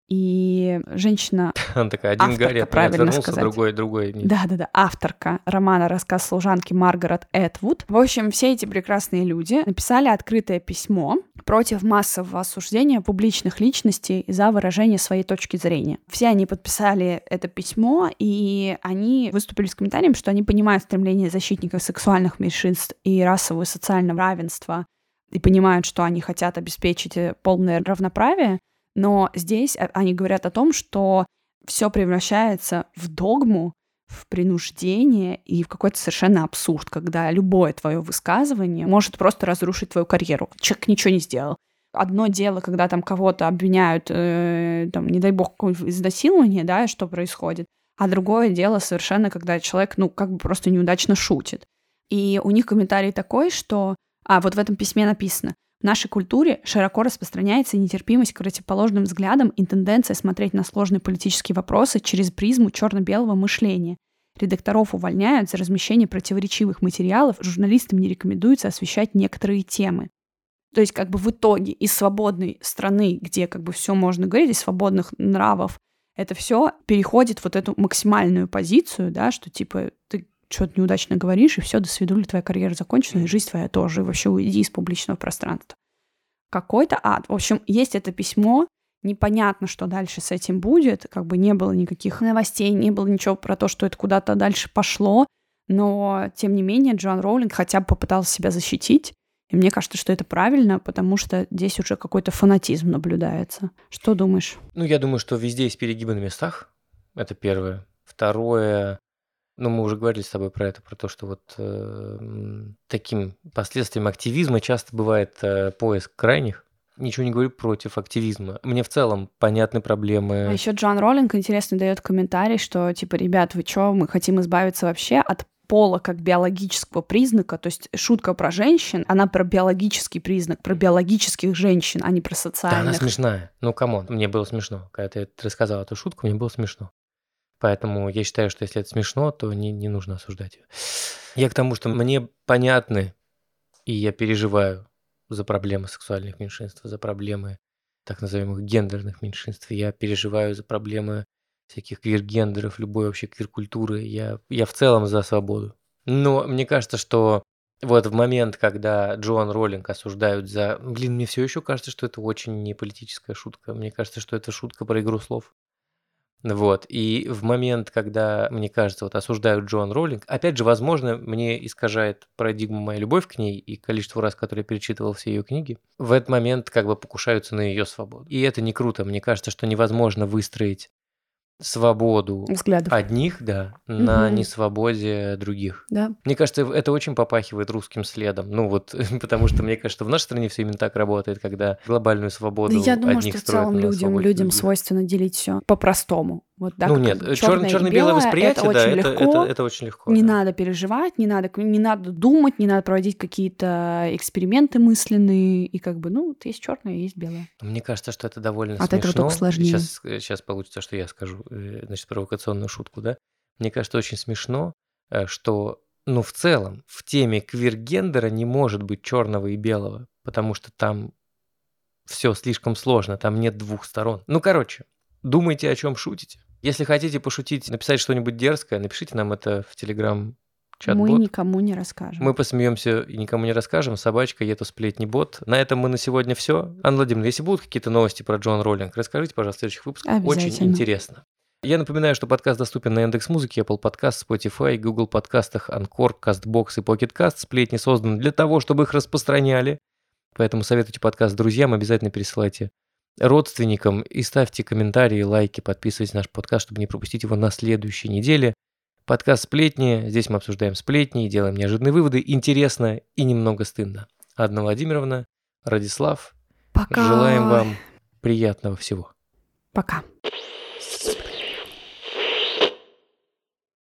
и женщина... Она такая, один авторка, Гарри от меня правильно отвернулся, сказать. другой нет. Да-да-да, авторка романа «Рассказ служанки» Маргарет Этвуд. В общем, все эти прекрасные люди написали открытое письмо против массового осуждения публичных личностей за выражение своей точки зрения. Все они подписали это письмо, и они выступили с комментарием, что они понимают стремление защитников сексуальных меньшинств и расового и социального равенства, и понимают, что они хотят обеспечить полное равноправие, но здесь они говорят о том, что все превращается в догму, в принуждение и в какой-то совершенно абсурд, когда любое твое высказывание может просто разрушить твою карьеру. Человек ничего не сделал. Одно дело, когда там кого-то обвиняют, там, не дай бог, в изнасиловании, да, что происходит, а другое дело совершенно, когда человек, ну, как бы просто неудачно шутит. И у них комментарий такой, что... вот в этом письме написано: в нашей культуре широко распространяется нетерпимость к противоположным взглядам и тенденция смотреть на сложные политические вопросы через призму черно-белого мышления. Редакторов увольняют за размещение противоречивых материалов, журналистам не рекомендуется освещать некоторые темы. То есть как бы в итоге из свободной страны, где как бы все можно говорить, из свободных нравов, это все переходит вот эту максимальную позицию, да, что типа ты что-то неудачно говоришь, и все, до свидули, твоя карьера закончена, и жизнь твоя тоже, и вообще уйди из публичного пространства. Какой-то ад. В общем, есть это письмо, непонятно, что дальше с этим будет, как бы не было никаких новостей, не было ничего про то, что это куда-то дальше пошло, но, тем не менее, Джоан Роулинг хотя бы попыталась себя защитить, и мне кажется, что это правильно, потому что здесь уже какой-то фанатизм наблюдается. Что думаешь? Ну, я думаю, что везде есть перегибы на местах, это первое. Второе... Ну, мы уже говорили с тобой про это, про то, что вот таким последствием активизма часто бывает поиск крайних. Ничего не говорю против активизма. Мне в целом понятны проблемы. А еще Джоан Роулинг, интересно, дает комментарий, что типа, ребят, вы чё, мы хотим избавиться вообще от пола как биологического признака, то есть шутка про женщин, она про биологический признак, про биологических женщин, а не про социальных. Да, она смешная. Ну, камон, мне было смешно. Когда ты рассказала эту шутку, мне было смешно. Поэтому я считаю, что если это смешно, то не нужно осуждать ее. Я к тому, что мне понятны, и я переживаю за проблемы сексуальных меньшинств, за проблемы так называемых гендерных меньшинств. Я переживаю за проблемы всяких квир-гендеров, любой вообще квир-культуры. Я в целом за свободу. Но мне кажется, что вот в момент, когда Джоан Роулинг осуждают за... мне все еще кажется, что это очень не политическая шутка. Мне кажется, что это шутка про игру слов. Вот, и в момент, когда, мне кажется, вот осуждают Джоан Роулинг, опять же, возможно, мне искажает парадигму моя любовь к ней и количество раз, которые я перечитывал все ее книги, в этот момент как бы покушаются на ее свободу. И это не круто. Мне кажется, что невозможно выстроить свободу взглядов одних, да, на несвободе других. Да. Мне кажется, это очень попахивает русским следом. Ну вот, потому что мне кажется, в нашей стране все именно так работает, когда глобальную свободу я думаю, одних что в целом людям свойственно делить все по-простому. Вот, да, ну нет, черно-белое восприятие, это да, очень легко. Это очень легко. Не да. надо переживать, не надо думать, не надо проводить какие-то эксперименты мысленные, и как бы, ну, есть черное, есть белое. Мне кажется, что это довольно От смешно. этого только сложнее. Сейчас получится, что я скажу, значит, провокационную шутку, да? Мне кажется, очень смешно, что, ну, в целом, в теме квир-гендера не может быть черного и белого, потому что там все слишком сложно, там нет двух сторон. Ну, короче, думайте, о чем шутите. Если хотите пошутить, написать что-нибудь дерзкое, напишите нам это в Telegram-чат-бот. Мы никому не расскажем. Мы посмеемся и никому не расскажем. Собачка, это сплетни-бот. На этом мы на сегодня все. Анна Владимировна, если будут какие-то новости про Джоан Роулинг, расскажите, пожалуйста, в следующих выпусках. Очень интересно. Я напоминаю, что подкаст доступен на Яндекс.Музыке, Apple Podcast, Spotify, Google подкастах, Anchor, CastBox и Pocket Cast. Сплетни созданы для того, чтобы их распространяли. Поэтому советуйте подкаст друзьям, обязательно пересылайте родственникам и ставьте комментарии, лайки, подписывайтесь на наш подкаст, чтобы не пропустить его на следующей неделе. Подкаст «Сплетни». Здесь мы обсуждаем сплетни, делаем неожиданные выводы. Интересно и немного стыдно. Анна Владимировна, Радислав, Пока. желаем вам приятного всего. Пока.